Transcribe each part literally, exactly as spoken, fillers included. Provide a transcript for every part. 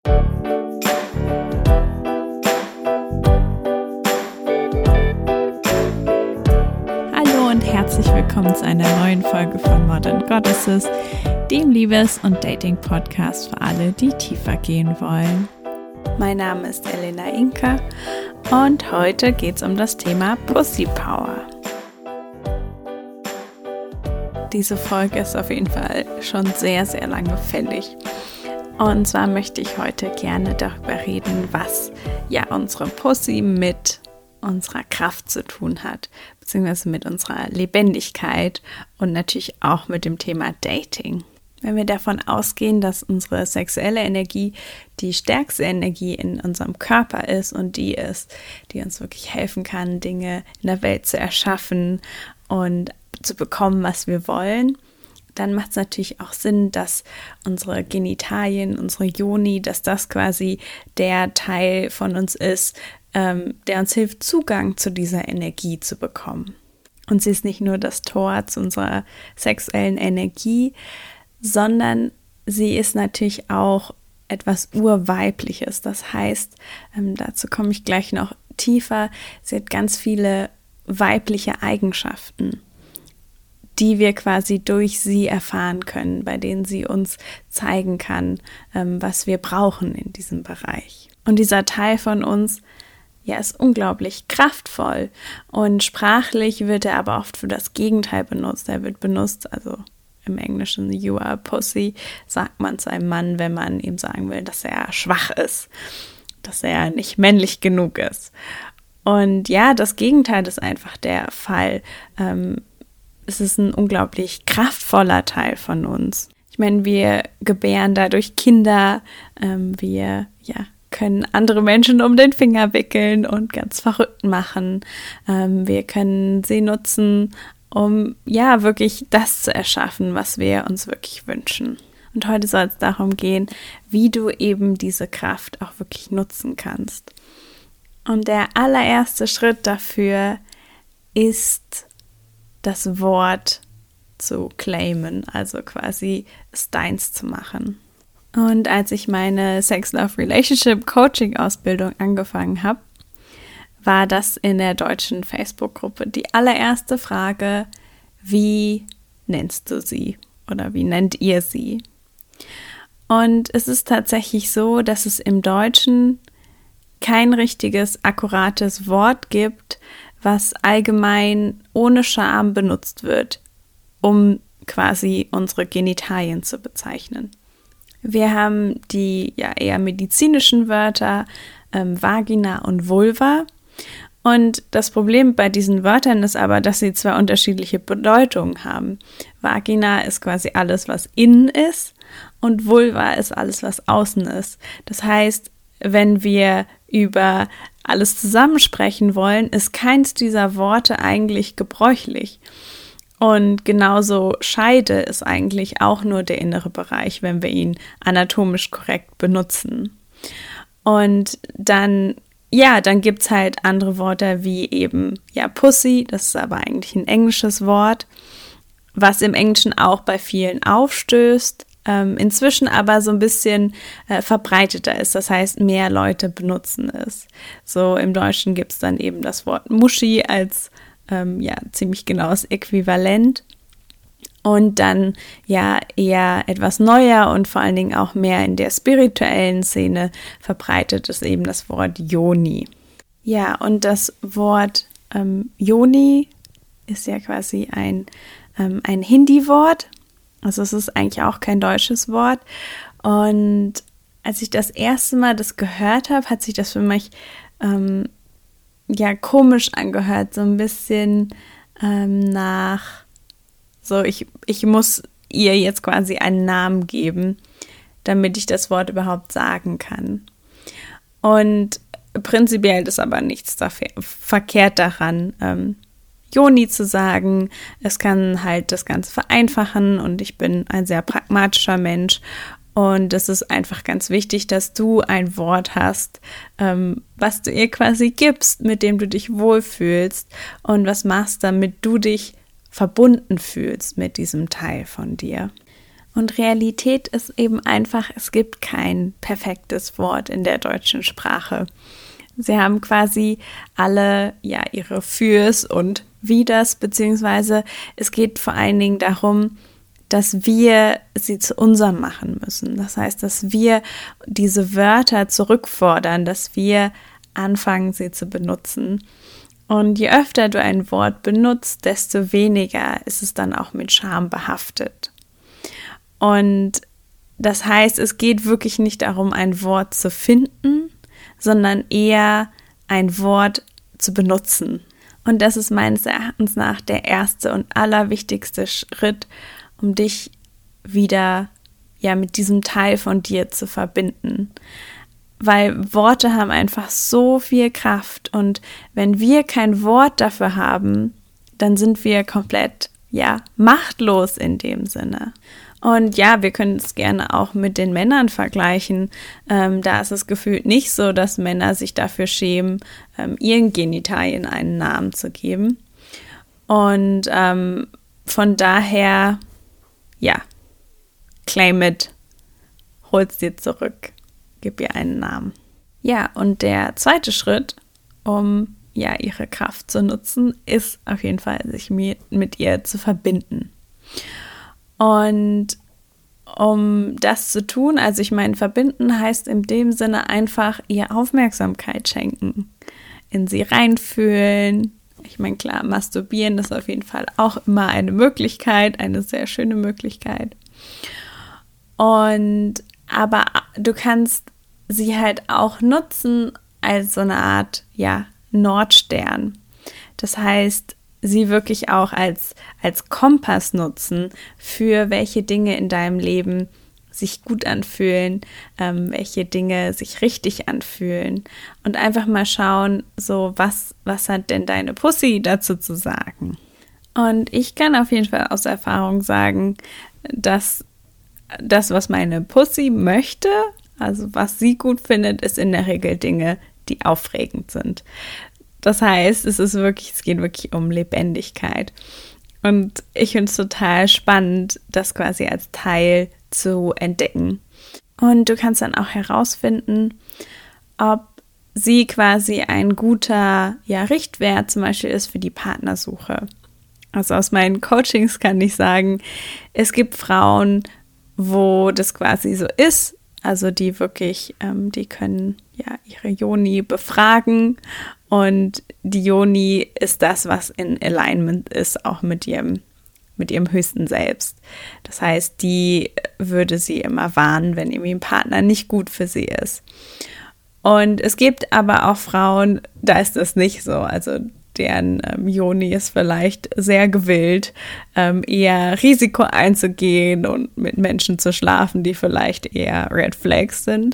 Hallo und herzlich willkommen zu einer neuen Folge von Modern Goddesses, dem Liebes- und Dating-Podcast für alle, die tiefer gehen wollen. Mein Name ist Elena Inka und heute geht es um das Thema Pussy Power. Diese Folge ist auf jeden Fall schon sehr, sehr lange fällig. Und zwar möchte ich heute gerne darüber reden, was ja unsere Pussy mit unserer Kraft zu tun hat, beziehungsweise mit unserer Lebendigkeit und natürlich auch mit dem Thema Dating. Wenn wir davon ausgehen, dass unsere sexuelle Energie die stärkste Energie in unserem Körper ist und die ist, die uns wirklich helfen kann, Dinge in der Welt zu erschaffen und zu bekommen, was wir wollen, dann macht es natürlich auch Sinn, dass unsere Genitalien, unsere Yoni, dass das quasi der Teil von uns ist, ähm, der uns hilft, Zugang zu dieser Energie zu bekommen. Und sie ist nicht nur das Tor zu unserer sexuellen Energie, sondern sie ist natürlich auch etwas Urweibliches. Das heißt, ähm, dazu komme ich gleich noch tiefer, sie hat ganz viele weibliche Eigenschaften, die wir quasi durch sie erfahren können, bei denen sie uns zeigen kann, ähm, was wir brauchen in diesem Bereich. Und dieser Teil von uns, ja, ist unglaublich kraftvoll und sprachlich wird er aber oft für das Gegenteil benutzt. Er wird benutzt, also im Englischen you are a pussy, sagt man zu einem Mann, wenn man ihm sagen will, dass er schwach ist, dass er nicht männlich genug ist. Und ja, das Gegenteil ist einfach der Fall. Ähm, es ist ein unglaublich kraftvoller Teil von uns. Ich meine, wir gebären dadurch Kinder, ähm, wir ja, können andere Menschen um den Finger wickeln und ganz verrückt machen. Ähm, wir können sie nutzen, um ja wirklich das zu erschaffen, was wir uns wirklich wünschen. Und heute soll es darum gehen, wie du eben diese Kraft auch wirklich nutzen kannst. Und der allererste Schritt dafür ist, das Wort zu claimen, also quasi es deins zu machen. Und als ich meine Sex, Love, Relationship Coaching Ausbildung angefangen habe, war das in der deutschen Facebook-Gruppe die allererste Frage: Wie nennst du sie oder wie nennt ihr sie? Und es ist tatsächlich so, dass es im Deutschen kein richtiges, akkurates Wort gibt, was allgemein ohne Scham benutzt wird, um quasi unsere Genitalien zu bezeichnen. Wir haben die ja eher medizinischen Wörter ähm, Vagina und Vulva. Und das Problem bei diesen Wörtern ist aber, dass sie zwei unterschiedliche Bedeutungen haben. Vagina ist quasi alles, was innen ist, und Vulva ist alles, was außen ist. Das heißt, wenn wir über alles zusammen sprechen wollen, ist keins dieser Worte eigentlich gebräuchlich. Und genauso Scheide ist eigentlich auch nur der innere Bereich, wenn wir ihn anatomisch korrekt benutzen. Und dann, ja, dann gibt es halt andere Worte wie eben, ja, Pussy, das ist aber eigentlich ein englisches Wort, was im Englischen auch bei vielen aufstößt, ähm, inzwischen aber so ein bisschen äh, verbreiteter ist, das heißt, mehr Leute benutzen es. So im Deutschen gibt es dann eben das Wort Muschi als ähm, ja, ziemlich genaues Äquivalent. Und dann ja eher etwas neuer und vor allen Dingen auch mehr in der spirituellen Szene verbreitet ist eben das Wort Yoni. Ja, und das Wort ähm, Yoni ist ja quasi ein, ähm, ein Hindi-Wort. Also es ist eigentlich auch kein deutsches Wort. Und als ich das erste Mal das gehört habe, hat sich das für mich ähm, ja komisch angehört. So ein bisschen ähm, nach... So, ich, ich muss ihr jetzt quasi einen Namen geben, damit ich das Wort überhaupt sagen kann. Und prinzipiell ist aber nichts dafür, verkehrt daran, ähm, Yoni zu sagen. Es kann halt das Ganze vereinfachen und ich bin ein sehr pragmatischer Mensch. Und es ist einfach ganz wichtig, dass du ein Wort hast, ähm, was du ihr quasi gibst, mit dem du dich wohlfühlst und was machst, damit du dich verbunden fühlst mit diesem Teil von dir. Und Realität ist eben einfach, es gibt kein perfektes Wort in der deutschen Sprache. Sie haben quasi alle ja ihre Fürs und Widers, beziehungsweise es geht vor allen Dingen darum, dass wir sie zu unserem machen müssen. Das heißt, dass wir diese Wörter zurückfordern, dass wir anfangen, sie zu benutzen. Und je öfter du ein Wort benutzt, desto weniger ist es dann auch mit Scham behaftet. Und das heißt, es geht wirklich nicht darum, ein Wort zu finden, sondern eher ein Wort zu benutzen. Und das ist meines Erachtens nach der erste und allerwichtigste Schritt, um dich wieder ja mit diesem Teil von dir zu verbinden. Weil Worte haben einfach so viel Kraft und wenn wir kein Wort dafür haben, dann sind wir komplett ja machtlos in dem Sinne. Und ja, wir können es gerne auch mit den Männern vergleichen. Ähm, da ist es gefühlt nicht so, dass Männer sich dafür schämen, ähm, ihren Genitalien einen Namen zu geben. Und ähm, von daher, ja, claim it, hol's dir zurück, gib ihr einen Namen. Ja, und der zweite Schritt, um ja ihre Kraft zu nutzen, ist auf jeden Fall, sich mit, mit ihr zu verbinden. Und um das zu tun, also ich meine, verbinden heißt in dem Sinne einfach ihr Aufmerksamkeit schenken, in sie reinfühlen. Ich meine, klar, masturbieren ist auf jeden Fall auch immer eine Möglichkeit, eine sehr schöne Möglichkeit. Und aber du kannst sie halt auch nutzen als so eine Art, ja, Nordstern. Das heißt, sie wirklich auch als, als Kompass nutzen, für welche Dinge in deinem Leben sich gut anfühlen, ähm, welche Dinge sich richtig anfühlen und einfach mal schauen, so was, was hat denn deine Pussy dazu zu sagen. Und ich kann auf jeden Fall aus Erfahrung sagen, dass das, was meine Pussy möchte, also was sie gut findet, ist in der Regel Dinge, die aufregend sind. Das heißt, es ist wirklich, es geht wirklich um Lebendigkeit. Und ich finde es total spannend, das quasi als Teil zu entdecken. Und du kannst dann auch herausfinden, ob sie quasi ein guter ja, Richtwert zum Beispiel ist für die Partnersuche. Also aus meinen Coachings kann ich sagen, es gibt Frauen, wo das quasi so ist, also die wirklich, ähm, die können ja ihre Yoni befragen und die Yoni ist das, was in Alignment ist, auch mit ihrem, mit ihrem höchsten Selbst. Das heißt, die würde sie immer warnen, wenn irgendwie ein Partner nicht gut für sie ist. Und es gibt aber auch Frauen, da ist das nicht so, also deren ähm, Yoni ist vielleicht sehr gewillt, ähm, eher Risiko einzugehen und mit Menschen zu schlafen, die vielleicht eher Red Flags sind.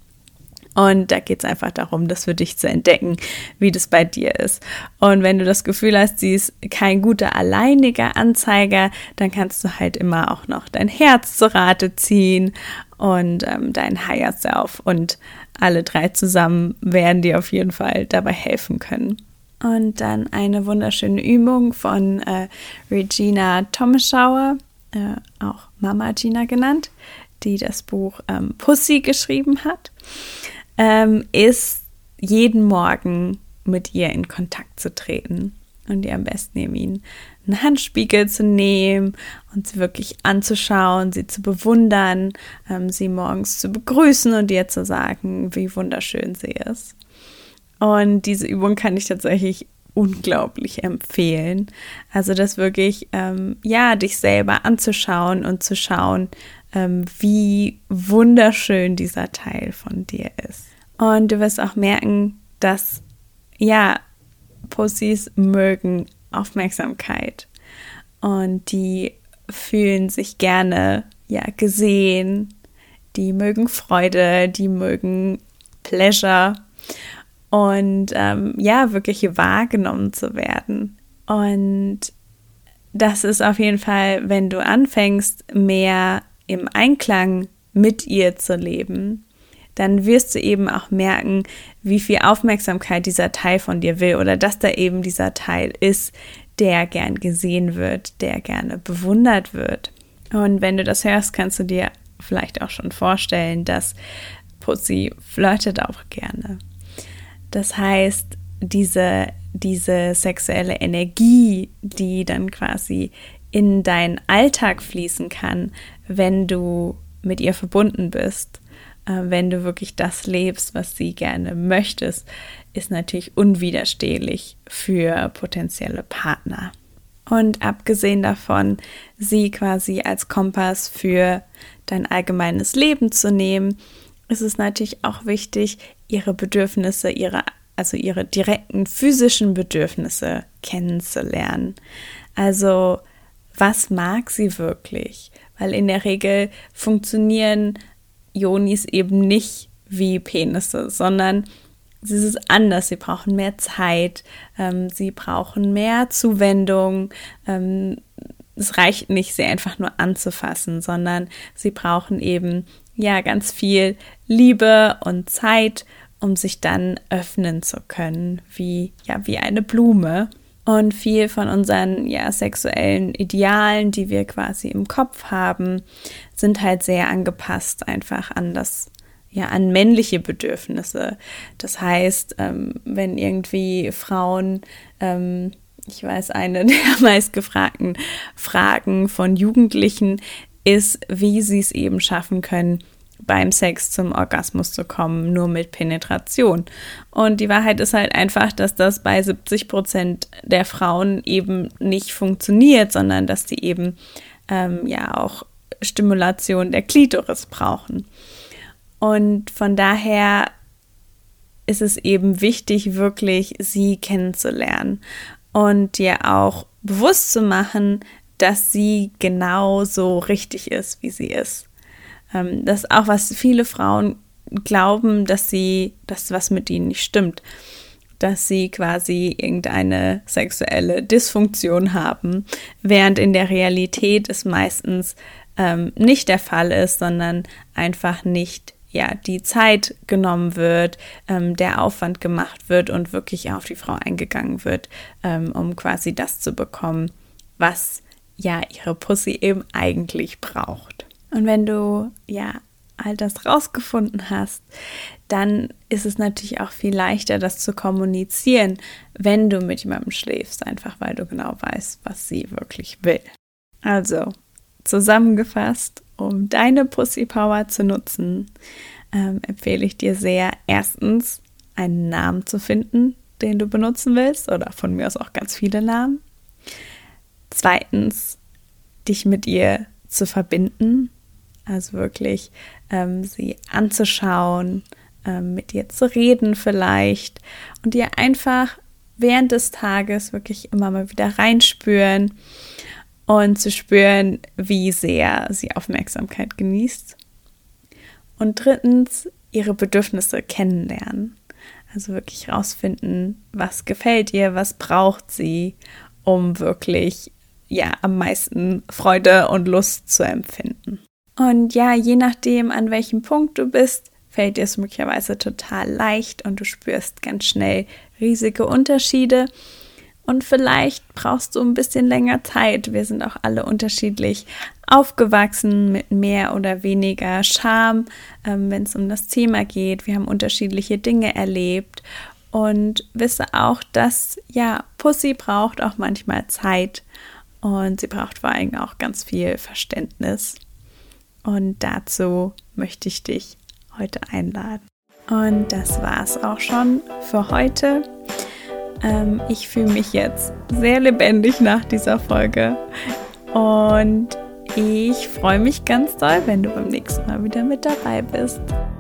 Und da geht es einfach darum, das für dich zu entdecken, wie das bei dir ist. Und wenn du das Gefühl hast, sie ist kein guter alleiniger Anzeiger, dann kannst du halt immer auch noch dein Herz zu Rate ziehen und ähm, dein Higher Self. Und alle drei zusammen werden dir auf jeden Fall dabei helfen können. Und dann eine wunderschöne Übung von äh, Regina Tommeschauer, äh, auch Mama Gina genannt, die das Buch ähm, Pussy geschrieben hat, ähm, ist jeden Morgen mit ihr in Kontakt zu treten und ihr am besten eben einen Handspiegel zu nehmen und sie wirklich anzuschauen, sie zu bewundern, ähm, sie morgens zu begrüßen und ihr zu sagen, wie wunderschön sie ist. Und diese Übung kann ich tatsächlich unglaublich empfehlen. Also das wirklich, ähm, ja, dich selber anzuschauen und zu schauen, ähm, wie wunderschön dieser Teil von dir ist. Und du wirst auch merken, dass, ja, Pussys mögen Aufmerksamkeit und die fühlen sich gerne, ja, gesehen, die mögen Freude, die mögen Pleasure. Und ähm, ja, wirklich wahrgenommen zu werden. Und das ist auf jeden Fall, wenn du anfängst, mehr im Einklang mit ihr zu leben, dann wirst du eben auch merken, wie viel Aufmerksamkeit dieser Teil von dir will oder dass da eben dieser Teil ist, der gern gesehen wird, der gerne bewundert wird. Und wenn du das hörst, kannst du dir vielleicht auch schon vorstellen, dass Pussy flirtet auch gerne. Das heißt, diese, diese sexuelle Energie, die dann quasi in deinen Alltag fließen kann, wenn du mit ihr verbunden bist, äh, wenn du wirklich das lebst, was sie gerne möchtest, ist natürlich unwiderstehlich für potenzielle Partner. Und abgesehen davon, sie quasi als Kompass für dein allgemeines Leben zu nehmen, ist es natürlich auch wichtig, ihre Bedürfnisse, ihre, also ihre direkten physischen Bedürfnisse kennenzulernen. Also, was mag sie wirklich? Weil in der Regel funktionieren Yonis eben nicht wie Penisse, sondern es ist anders. Sie brauchen mehr Zeit, ähm, sie brauchen mehr Zuwendung. Ähm, es reicht nicht, sie einfach nur anzufassen, sondern sie brauchen eben ja ganz viel Liebe und Zeit, um sich dann öffnen zu können, wie ja wie eine Blume. Und viel von unseren ja sexuellen Idealen, die wir quasi im Kopf haben, sind halt sehr angepasst einfach an das ja an männliche Bedürfnisse. Das heißt, ähm, wenn irgendwie Frauen, ähm, ich weiß, eine der meistgefragten Fragen von Jugendlichen ist, wie sie es eben schaffen können, beim Sex zum Orgasmus zu kommen, nur mit Penetration. Und die Wahrheit ist halt einfach, dass das bei siebzig Prozent der Frauen eben nicht funktioniert, sondern dass die eben ähm, ja auch Stimulation der Klitoris brauchen. Und von daher ist es eben wichtig, wirklich sie kennenzulernen und dir auch bewusst zu machen, dass sie genauso richtig ist, wie sie ist. Ähm, das ist auch, was viele Frauen glauben, dass sie, dass was mit ihnen nicht stimmt, dass sie quasi irgendeine sexuelle Dysfunktion haben, während in der Realität es meistens ähm, nicht der Fall ist, sondern einfach nicht ja, die Zeit genommen wird, ähm, der Aufwand gemacht wird und wirklich auf die Frau eingegangen wird, ähm, um quasi das zu bekommen, was ja ihre Pussy eben eigentlich braucht. Und wenn du ja all das rausgefunden hast, dann ist es natürlich auch viel leichter, das zu kommunizieren, wenn du mit jemandem schläfst, einfach weil du genau weißt, was sie wirklich will. Also, zusammengefasst, um deine Pussy Power zu nutzen, ähm, empfehle ich dir sehr, erstens einen Namen zu finden, den du benutzen willst, oder von mir aus auch ganz viele Namen. Zweitens, dich mit ihr zu verbinden, also wirklich ähm, sie anzuschauen, ähm, mit ihr zu reden vielleicht und ihr einfach während des Tages wirklich immer mal wieder reinspüren und zu spüren, wie sehr sie Aufmerksamkeit genießt. Und drittens, ihre Bedürfnisse kennenlernen. Also wirklich rausfinden, was gefällt ihr, was braucht sie, um wirklich ja am meisten Freude und Lust zu empfinden. Und ja, je nachdem, an welchem Punkt du bist, fällt dir es möglicherweise total leicht und du spürst ganz schnell riesige Unterschiede. Und vielleicht brauchst du ein bisschen länger Zeit. Wir sind auch alle unterschiedlich aufgewachsen mit mehr oder weniger Scham, ähm, wenn es um das Thema geht. Wir haben unterschiedliche Dinge erlebt und wisse auch, dass ja Pussy braucht auch manchmal Zeit und sie braucht vor allem auch ganz viel Verständnis. Und dazu möchte ich dich heute einladen. Und das war's auch schon für heute. Ähm, ich fühle mich jetzt sehr lebendig nach dieser Folge und ich freue mich ganz doll, wenn du beim nächsten Mal wieder mit dabei bist.